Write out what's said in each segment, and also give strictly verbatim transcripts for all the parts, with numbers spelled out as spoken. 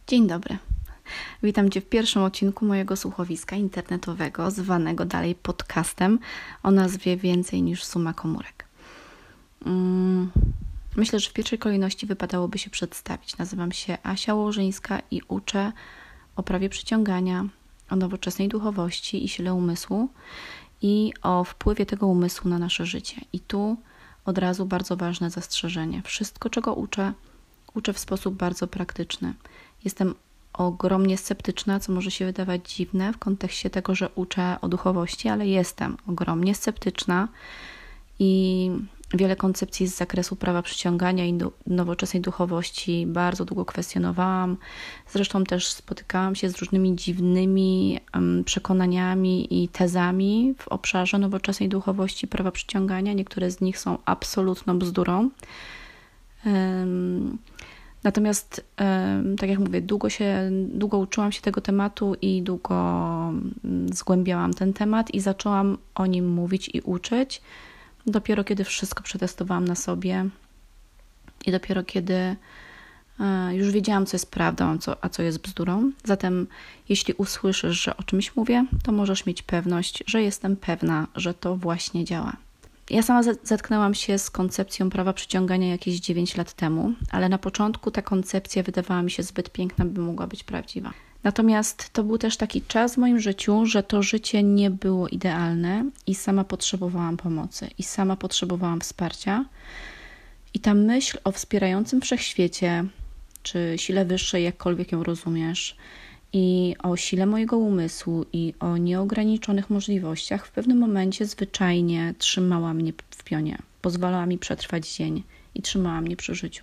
Dzień dobry. Witam Cię w pierwszym odcinku mojego słuchowiska internetowego, zwanego dalej podcastem o nazwie Więcej niż suma komórek. Myślę, że w pierwszej kolejności wypadałoby się przedstawić. Nazywam się Asia Łożyńska i uczę o prawie przyciągania, o nowoczesnej duchowości i sile umysłu i o wpływie tego umysłu na nasze życie. I tu od razu bardzo ważne zastrzeżenie. Wszystko, czego uczę, uczę w sposób bardzo praktyczny. Jestem ogromnie sceptyczna, co może się wydawać dziwne w kontekście tego, że uczę o duchowości, ale jestem ogromnie sceptyczna i wiele koncepcji z zakresu prawa przyciągania i nowoczesnej duchowości bardzo długo kwestionowałam. Zresztą też spotykałam się z różnymi dziwnymi przekonaniami i tezami w obszarze nowoczesnej duchowości, prawa przyciągania. Niektóre z nich są absolutną bzdurą. Natomiast, tak jak mówię, długo się, długo uczyłam się tego tematu i długo zgłębiałam ten temat i zaczęłam o nim mówić i uczyć. Dopiero kiedy wszystko przetestowałam na sobie i dopiero kiedy już wiedziałam, co jest prawdą, a co, a co jest bzdurą. Zatem jeśli usłyszysz, że o czymś mówię, to możesz mieć pewność, że jestem pewna, że to właśnie działa. Ja sama zetknęłam się z koncepcją prawa przyciągania jakieś dziewięć lat temu, ale na początku ta koncepcja wydawała mi się zbyt piękna, by mogła być prawdziwa. Natomiast to był też taki czas w moim życiu, że to życie nie było idealne i sama potrzebowałam pomocy i sama potrzebowałam wsparcia. I ta myśl o wspierającym wszechświecie, czy sile wyższej, jakkolwiek ją rozumiesz, i o sile mojego umysłu i o nieograniczonych możliwościach w pewnym momencie zwyczajnie trzymała mnie w pionie, pozwalała mi przetrwać dzień i trzymała mnie przy życiu.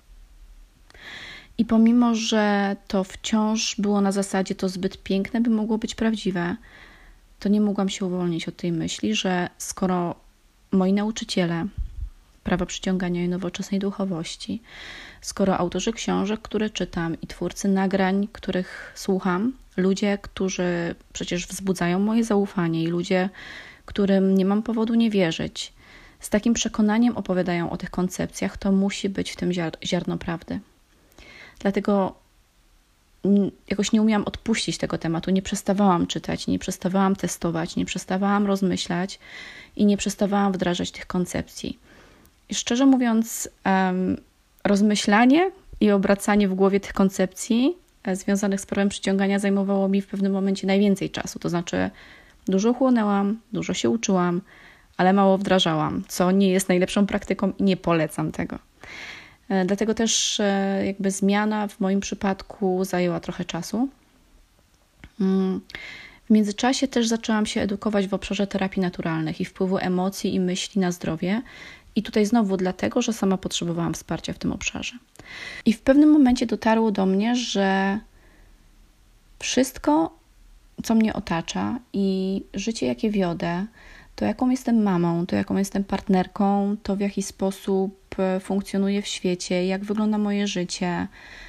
I pomimo, że to wciąż było na zasadzie to zbyt piękne, by mogło być prawdziwe, to nie mogłam się uwolnić od tej myśli, że skoro moi nauczyciele prawa przyciągania i nowoczesnej duchowości, skoro autorzy książek, które czytam i twórcy nagrań, których słucham, ludzie, którzy przecież wzbudzają moje zaufanie i ludzie, którym nie mam powodu nie wierzyć, z takim przekonaniem opowiadają o tych koncepcjach, to musi być w tym ziarno prawdy. Dlatego jakoś nie umiałam odpuścić tego tematu, nie przestawałam czytać, nie przestawałam testować, nie przestawałam rozmyślać i nie przestawałam wdrażać tych koncepcji. I szczerze mówiąc, um, rozmyślanie i obracanie w głowie tych koncepcji e, związanych z prawem przyciągania zajmowało mi w pewnym momencie najwięcej czasu. To znaczy dużo chłonęłam, dużo się uczyłam, ale mało wdrażałam, co nie jest najlepszą praktyką i nie polecam tego. E, dlatego też e, jakby zmiana w moim przypadku zajęła trochę czasu. Mm. W międzyczasie też zaczęłam się edukować w obszarze terapii naturalnych i wpływu emocji i myśli na zdrowie. I tutaj znowu dlatego, że sama potrzebowałam wsparcia w tym obszarze. I w pewnym momencie dotarło do mnie, że wszystko, co mnie otacza i życie, jakie wiodę, to jaką jestem mamą, to jaką jestem partnerką, to w jaki sposób funkcjonuję w świecie, jak wygląda moje życie,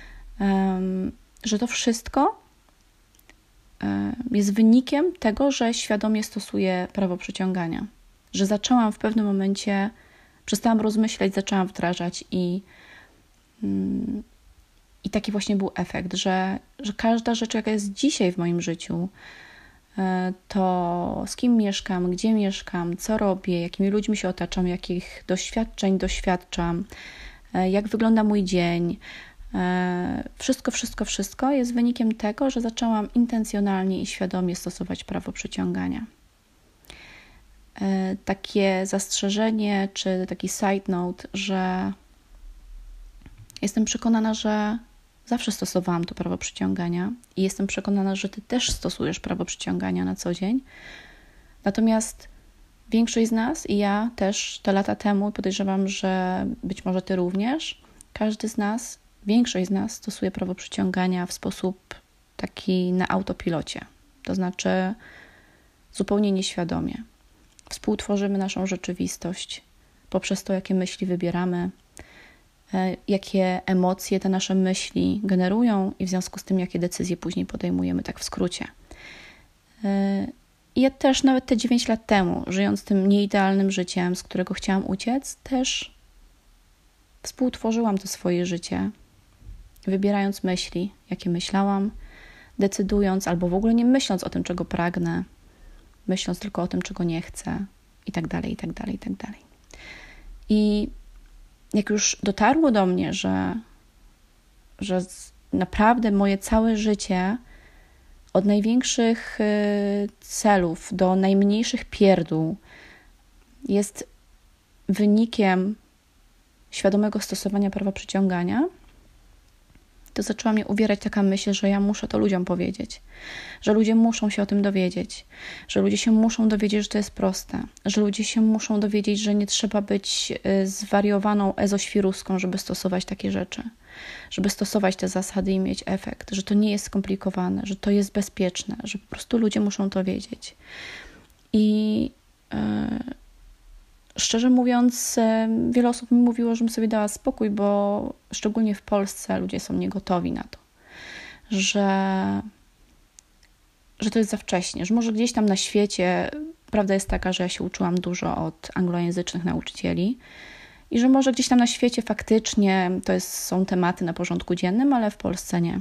że to wszystko jest wynikiem tego, że świadomie stosuję prawo przyciągania. Że zaczęłam w pewnym momencie Przestałam rozmyślać, zaczęłam wdrażać i, i taki właśnie był efekt, że, że każda rzecz, jaka jest dzisiaj w moim życiu, to z kim mieszkam, gdzie mieszkam, co robię, jakimi ludźmi się otaczam, jakich doświadczeń doświadczam, jak wygląda mój dzień, wszystko, wszystko, wszystko jest wynikiem tego, że zaczęłam intencjonalnie i świadomie stosować prawo przyciągania. Takie zastrzeżenie, czy taki side note, że jestem przekonana, że zawsze stosowałam to prawo przyciągania i jestem przekonana, że Ty też stosujesz prawo przyciągania na co dzień. Natomiast większość z nas i ja też te lata temu, podejrzewam, że być może Ty również, każdy z nas, większość z nas stosuje prawo przyciągania w sposób taki na autopilocie. To znaczy zupełnie nieświadomie. Współtworzymy naszą rzeczywistość poprzez to, jakie myśli wybieramy, jakie emocje te nasze myśli generują i w związku z tym, jakie decyzje później podejmujemy, tak w skrócie. I ja też nawet te dziewięć lat temu, żyjąc tym nieidealnym życiem, z którego chciałam uciec, też współtworzyłam to swoje życie wybierając myśli, jakie myślałam, decydując albo w ogóle nie myśląc o tym, czego pragnę, myśląc tylko o tym, czego nie chcę i tak dalej, i tak dalej, i tak dalej. I jak już dotarło do mnie, że, że naprawdę moje całe życie od największych celów do najmniejszych pierdół jest wynikiem świadomego stosowania prawa przyciągania, to zaczęła mnie uwierać taka myśl, że ja muszę to ludziom powiedzieć, że ludzie muszą się o tym dowiedzieć, że ludzie się muszą dowiedzieć, że to jest proste, że ludzie się muszą dowiedzieć, że nie trzeba być zwariowaną ezoświruską, żeby stosować takie rzeczy, żeby stosować te zasady i mieć efekt, że to nie jest skomplikowane, że to jest bezpieczne, że po prostu ludzie muszą to wiedzieć. I yy, szczerze mówiąc, wiele osób mi mówiło, żebym sobie dała spokój, bo szczególnie w Polsce ludzie są niegotowi na to, że, że to jest za wcześnie, że może gdzieś tam na świecie, prawda jest taka, że ja się uczyłam dużo od anglojęzycznych nauczycieli i że może gdzieś tam na świecie faktycznie to jest, są tematy na porządku dziennym, ale w Polsce nie.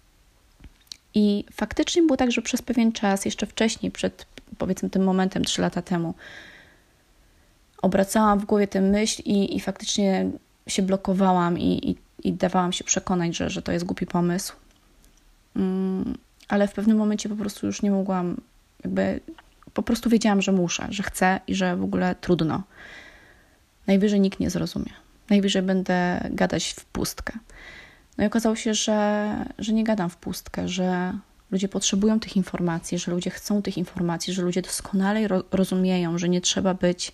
I faktycznie było tak, że przez pewien czas, jeszcze wcześniej, przed powiedzmy tym momentem, trzy lata temu, obracałam w głowie tę myśl i, i faktycznie się blokowałam i, i, i dawałam się przekonać, że, że to jest głupi pomysł. Um, ale w pewnym momencie po prostu już nie mogłam, jakby po prostu wiedziałam, że muszę, że chcę i że w ogóle trudno. Najwyżej nikt nie zrozumie. Najwyżej będę gadać w pustkę. No i okazało się, że, że nie gadam w pustkę, że ludzie potrzebują tych informacji, że ludzie chcą tych informacji, że ludzie doskonale ro- rozumieją, że nie trzeba być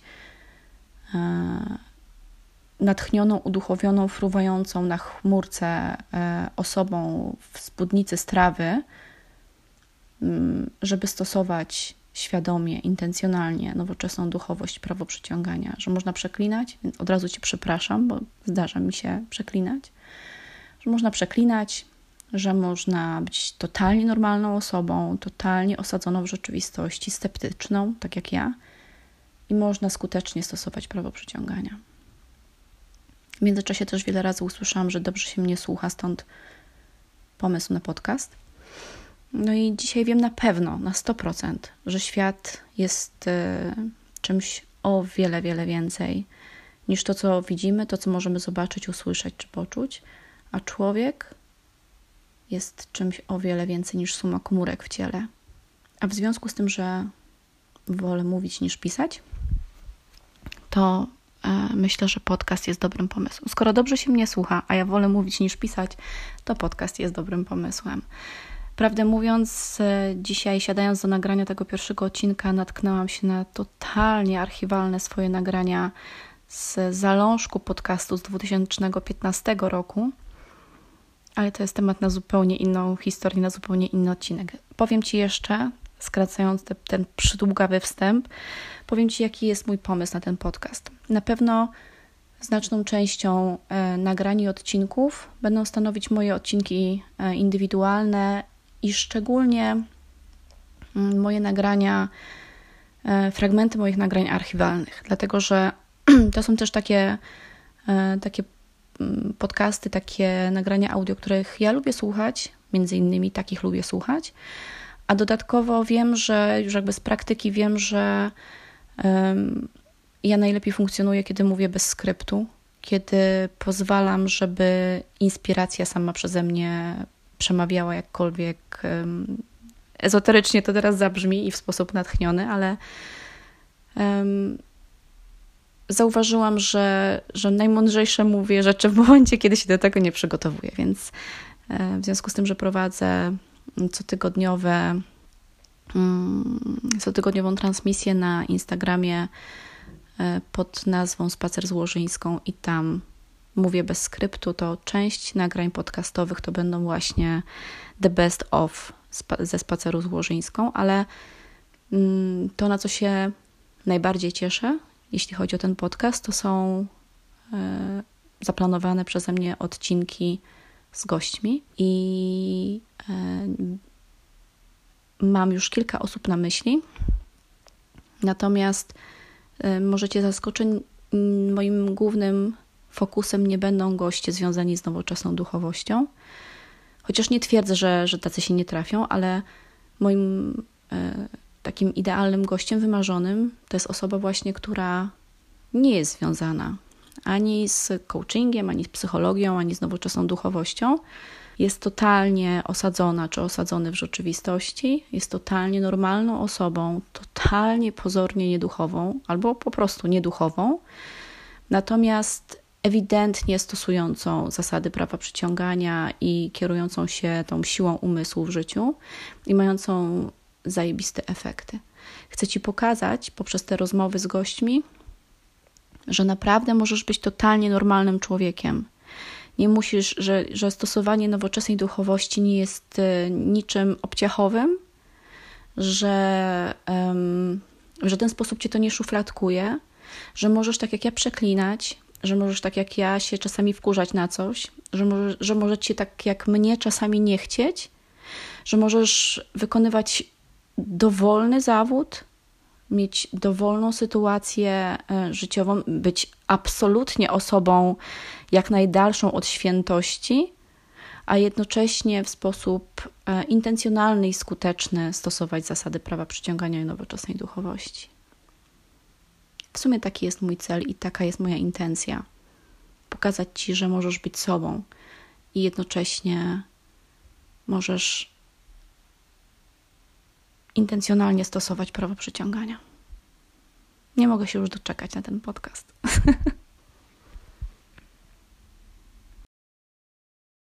natchnioną, uduchowioną, fruwającą na chmurce osobą w spódnicy z trawy, żeby stosować świadomie, intencjonalnie nowoczesną duchowość, prawo przyciągania, że można przeklinać, więc od razu Cię przepraszam, bo zdarza mi się przeklinać, że można przeklinać, że można być totalnie normalną osobą, totalnie osadzoną w rzeczywistości, sceptyczną, tak jak ja, i można skutecznie stosować prawo przyciągania. W międzyczasie też wiele razy usłyszałam, że dobrze się mnie słucha, stąd pomysł na podcast. No i dzisiaj wiem na pewno, na sto procent, że świat jest y, czymś o wiele, wiele więcej niż to, co widzimy, to, co możemy zobaczyć, usłyszeć czy poczuć, a człowiek jest czymś o wiele więcej niż suma komórek w ciele. A w związku z tym, że wolę mówić niż pisać, to e, myślę, że podcast jest dobrym pomysłem. Skoro dobrze się mnie słucha, a ja wolę mówić niż pisać, to podcast jest dobrym pomysłem. Prawdę mówiąc, e, dzisiaj siadając do nagrania tego pierwszego odcinka, natknęłam się na totalnie archiwalne swoje nagrania z zalążku podcastu z dwa tysiące piętnastego roku, ale to jest temat na zupełnie inną historię, na zupełnie inny odcinek. Powiem Ci jeszcze, skracając te, ten przydługawy wstęp, powiem Ci, jaki jest mój pomysł na ten podcast. Na pewno znaczną częścią e, nagrań i odcinków będą stanowić moje odcinki e, indywidualne i szczególnie m, moje nagrania, e, fragmenty moich nagrań archiwalnych, dlatego że to są też takie, e, takie podcasty, takie nagrania audio, których ja lubię słuchać, między innymi takich lubię słuchać, a dodatkowo wiem, że już jakby z praktyki wiem, że um, ja najlepiej funkcjonuję, kiedy mówię bez skryptu, kiedy pozwalam, żeby inspiracja sama przeze mnie przemawiała, jakkolwiek um, ezoterycznie to teraz zabrzmi i w sposób natchniony, ale um, zauważyłam, że, że najmądrzejsze mówię rzeczy w momencie, kiedy się do tego nie przygotowuję, więc w związku z tym, że prowadzę cotygodniowe, cotygodniową transmisję na Instagramie pod nazwą Spacer z Łożyńską i tam mówię bez skryptu, to część nagrań podcastowych to będą właśnie the best of ze Spaceru z Łożyńską, ale to, na co się najbardziej cieszę, jeśli chodzi o ten podcast, to są e, zaplanowane przeze mnie odcinki z gośćmi i e, mam już kilka osób na myśli. Natomiast e, możecie zaskoczyć moim głównym fokusem nie będą goście związani z nowoczesną duchowością. Chociaż nie twierdzę, że, że tacy się nie trafią, ale moim e, takim idealnym gościem wymarzonym to jest osoba właśnie, która nie jest związana ani z coachingiem, ani z psychologią, ani z nowoczesną duchowością. Jest totalnie osadzona czy osadzony w rzeczywistości, jest totalnie normalną osobą, totalnie pozornie nieduchową albo po prostu nieduchową, natomiast ewidentnie stosującą zasady prawa przyciągania i kierującą się tą siłą umysłu w życiu i mającą zajebiste efekty. Chcę Ci pokazać poprzez te rozmowy z gośćmi, że naprawdę możesz być totalnie normalnym człowiekiem. Nie musisz, że, że stosowanie nowoczesnej duchowości nie jest niczym obciachowym, że um, w żaden sposób Cię to nie szufladkuje, że możesz tak jak ja przeklinać, że możesz tak jak ja się czasami wkurzać na coś, że, może, że może Cię tak jak mnie czasami nie chcieć, że możesz wykonywać dowolny zawód, mieć dowolną sytuację życiową, być absolutnie osobą jak najdalszą od świętości, a jednocześnie w sposób intencjonalny i skuteczny stosować zasady prawa przyciągania i nowoczesnej duchowości. W sumie taki jest mój cel i taka jest moja intencja. Pokazać Ci, że możesz być sobą i jednocześnie możesz intencjonalnie stosować prawo przyciągania. Nie mogę się już doczekać na ten podcast.